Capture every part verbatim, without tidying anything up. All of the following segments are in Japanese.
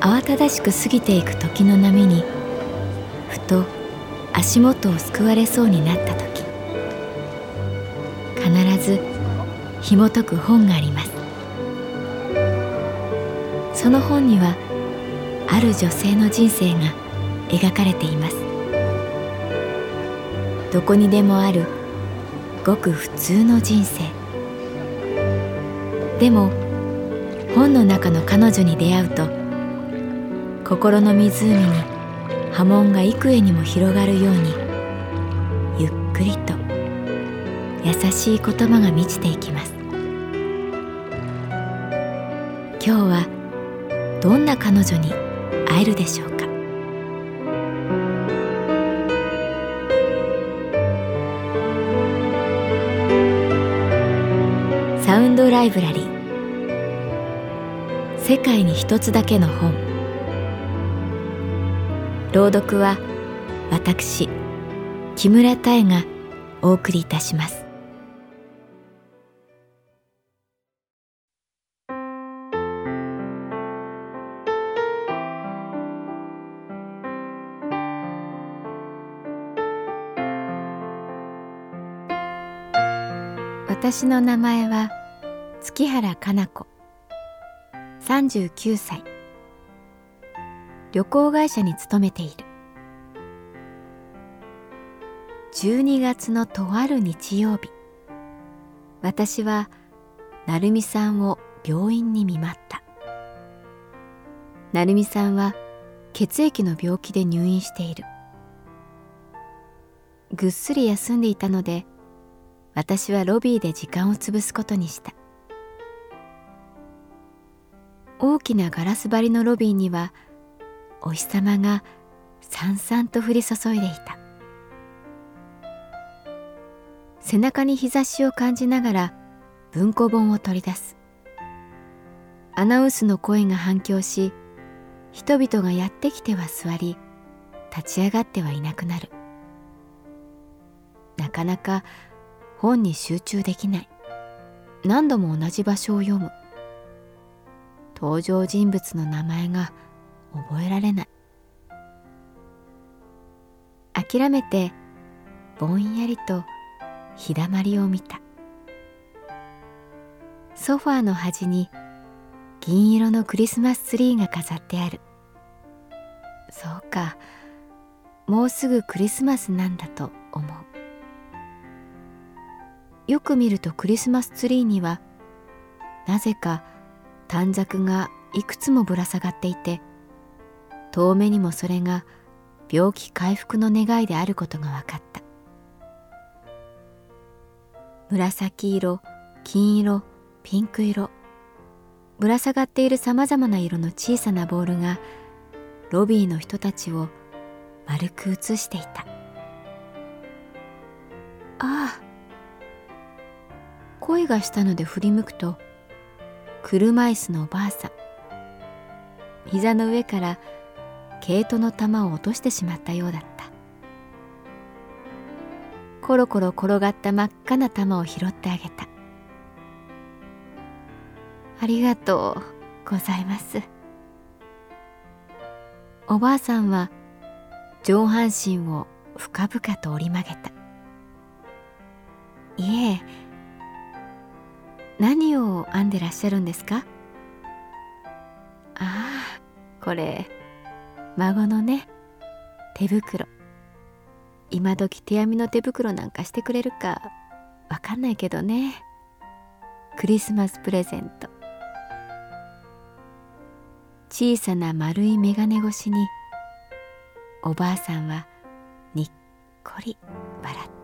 慌ただしく過ぎていく時の波にふと足元をすくわれそうになった時、必ず紐解く本があります。その本にはある女性の人生が描かれています。どこにでもあるごく普通の人生。でも本の中の彼女に出会うと、心の湖に波紋が幾重にも広がるように、ゆっくりと優しい言葉が満ちていきます。今日はどんな彼女に会えるでしょうか。サウンドライブラリー、世界に一つだけの本。朗読は私木村多江がお送りいたします。私の名前は月原かな子、さんじゅうきゅうさい、旅行会社に勤めている。じゅうにがつのとある日曜日、私は成美さんを病院に見舞った。成美さんは血液の病気で入院している。ぐっすり休んでいたので、私はロビーで時間を潰すことにした。大きなガラス張りのロビーにはお日様がさんさんと降り注いでいた。背中に日差しを感じながら文庫本を取り出す。アナウンスの声が反響し、人々がやってきては座り、立ち上がってはいなくなる。なかなか本に集中できない。何度も同じ場所を読む。登場人物の名前が覚えられない。諦めてぼんやりと日だまりを見た。ソファーの端に銀色のクリスマスツリーが飾ってある。そうか、もうすぐクリスマスなんだと思う。よく見るとクリスマスツリーにはなぜか短冊がいくつもぶら下がっていて、遠目にもそれが病気回復の願いであることが分かった。紫色、金色、ピンク色、ぶら下がっているさまざまな色の小さなボールがロビーの人たちを丸く映していた。ああ、声がしたので振り向くと、車椅子のおばあさん。膝の上から毛糸の玉を落としてしまったようだった。コロコロ転がった真っ赤な玉を拾ってあげた。ありがとうございます。おばあさんは上半身を深々と折り曲げた。いえ、何を編んでらっしゃるんですか？ああ、これ孫のね、手袋。今時手編みの手袋なんかしてくれるかわかんないけどね。クリスマスプレゼント。小さな丸い眼鏡越しにおばあさんはにっこり笑った。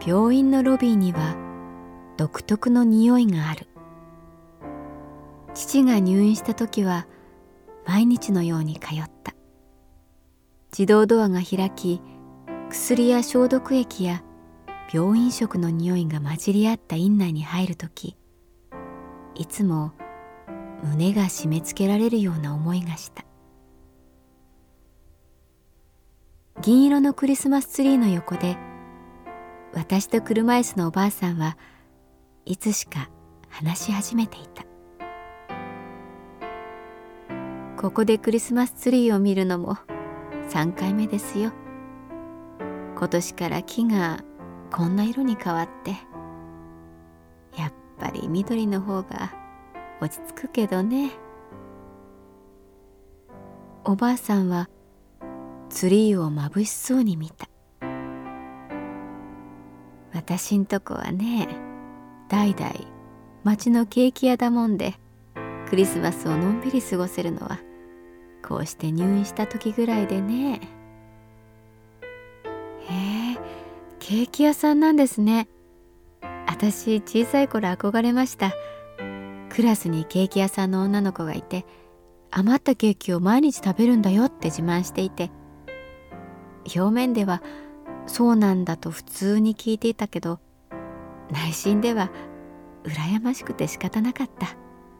病院のロビーには独特の匂いがある。父が入院した時は毎日のように通った。自動ドアが開き、薬や消毒液や病院食の匂いが混じり合った院内に入るとき、いつも胸が締め付けられるような思いがした。銀色のクリスマスツリーの横で、私と車椅子のおばあさんはいつしか話し始めていた。ここでクリスマスツリーを見るのもさんかいめですよ。今年から木がこんな色に変わって、やっぱり緑の方が落ち着くけどね。おばあさんはツリーをまぶしそうに見た。私んとこはね、代々町のケーキ屋だもんで、クリスマスをのんびり過ごせるのはこうして入院した時ぐらいでね。へえ、ケーキ屋さんなんですね。私小さい頃憧れました。クラスにケーキ屋さんの女の子がいて、余ったケーキを毎日食べるんだよって自慢していて、表面ではそうなんだと普通に聞いていたけど、内心では羨ましくて仕方なかった。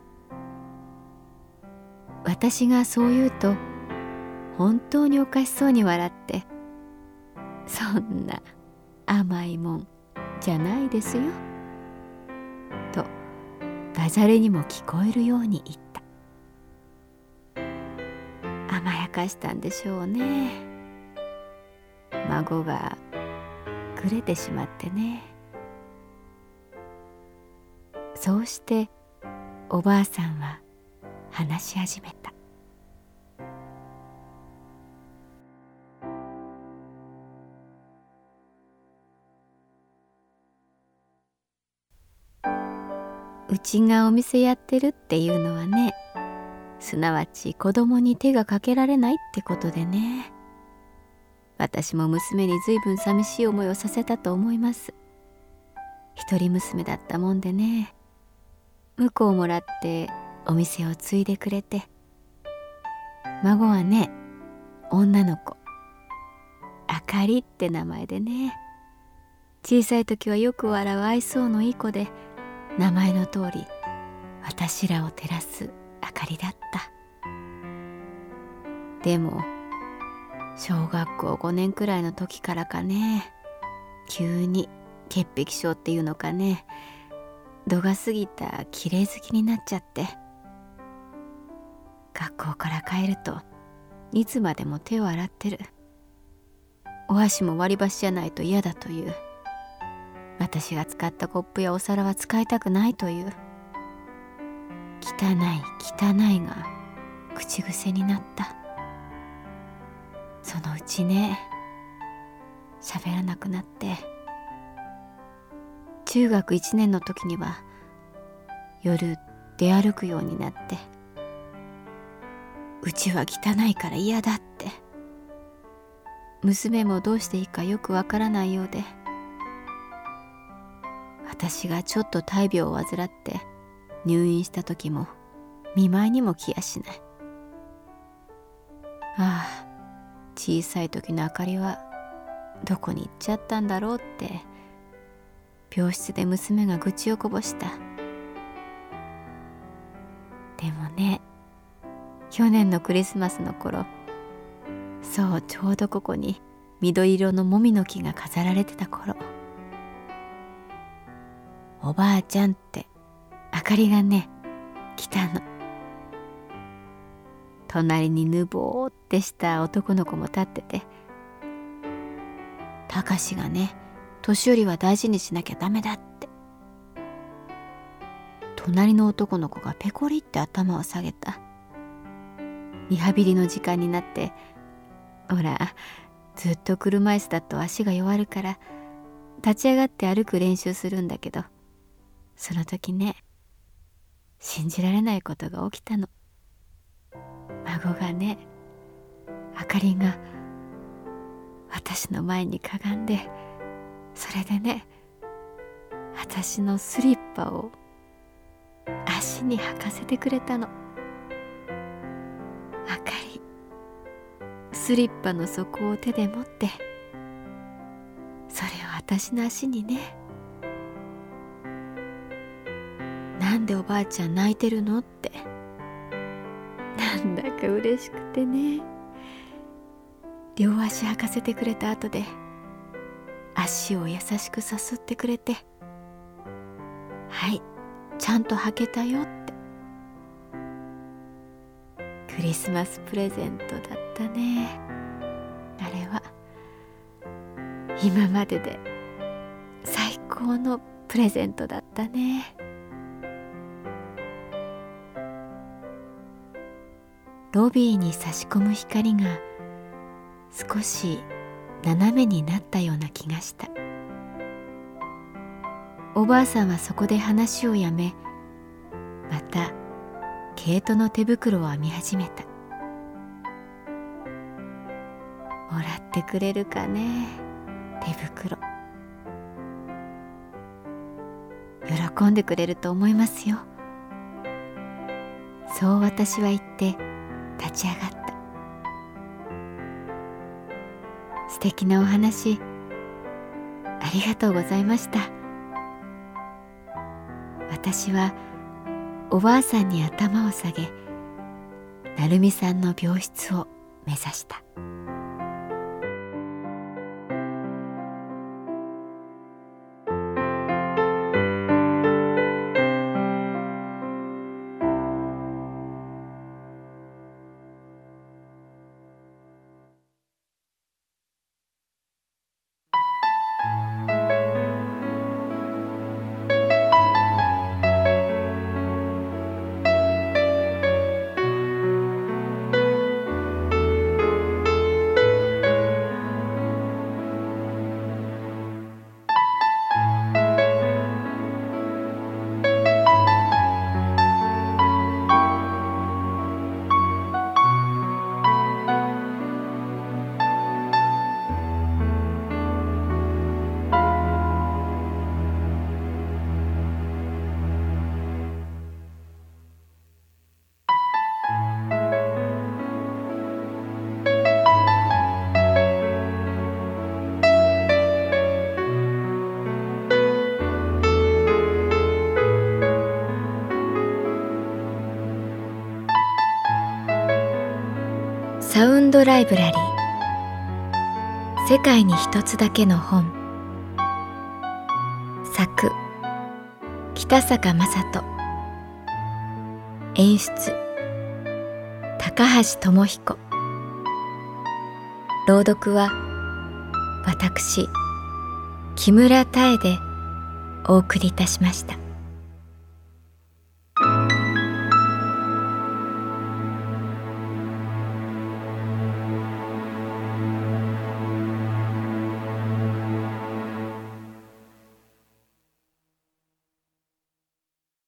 私がそう言うと本当におかしそうに笑って、そんな甘いもんじゃないですよとダジャレにも聞こえるように言った。甘やかしたんでしょうね。孫がくれてしまってね。そうしておばあさんは話し始めた。うちがお店やってるっていうのはね、すなわち子供に手がかけられないってことでね。私も娘にずいぶん寂しい思いをさせたと思います。一人娘だったもんでね、婿をもらってお店を継いでくれて、孫はね、女の子、あかりって名前でね、小さい時はよく笑う愛想のいい子で、名前の通り私らを照らす明かりだった。でも小学校ごねんくらいの時からかね、急に潔癖症っていうのかね、度が過ぎた綺麗好きになっちゃって、学校から帰るといつまでも手を洗ってる。お箸も割り箸じゃないと嫌だという。私が使ったコップやお皿は使いたくないという。汚い汚いが口癖になった。そのうちね、喋らなくなって、中学いちねんの時には夜出歩くようになって、うちは汚いから嫌だって。娘もどうしていいかよくわからないようで、私がちょっと大病を患って入院した時も見舞いにも来やしない。ああ、小さい時の明かりはどこに行っちゃったんだろうって病室で娘が愚痴をこぼした。でもね、去年のクリスマスの頃、そうちょうどここに緑色のもみの木が飾られてた頃、おばあちゃんって明かりがね来たの。隣にぬぼーってした男の子も立ってて、たかしがね年寄りは大事にしなきゃダメだって。隣の男の子がペコリって頭を下げた。リハビリの時間になって、ほらずっと車椅子だと足が弱るから立ち上がって歩く練習するんだけど、その時ね、信じられないことが起きたの。孫がね、あかりが私の前にかがんで、それでね、 私のスリッパを足に履かせてくれたの。あかり、スリッパの底を手で持って、それを私の足にね。なんでおばあちゃん泣いてるのって、なんだか嬉しくてね。両足履かせてくれた後で、足を優しくさすってくれて、はい、ちゃんと履けたよって。クリスマスプレゼントだったね。あれは今までで最高のプレゼントだったね。ロビーに差し込む光が少し斜めになったような気がした。おばあさんはそこで話をやめ、また毛糸の手袋を編み始めた。もらってくれるかね、手袋。喜んでくれると思いますよ。そう私は言って立ち上がった。素敵なお話ありがとうございました。私はおばあさんに頭を下げ、成美さんの病室を目指した。サウンドライブラリー、世界に一つだけの本。作北坂雅人、演出高橋智彦、朗読は私木村多江でお送りいたしました。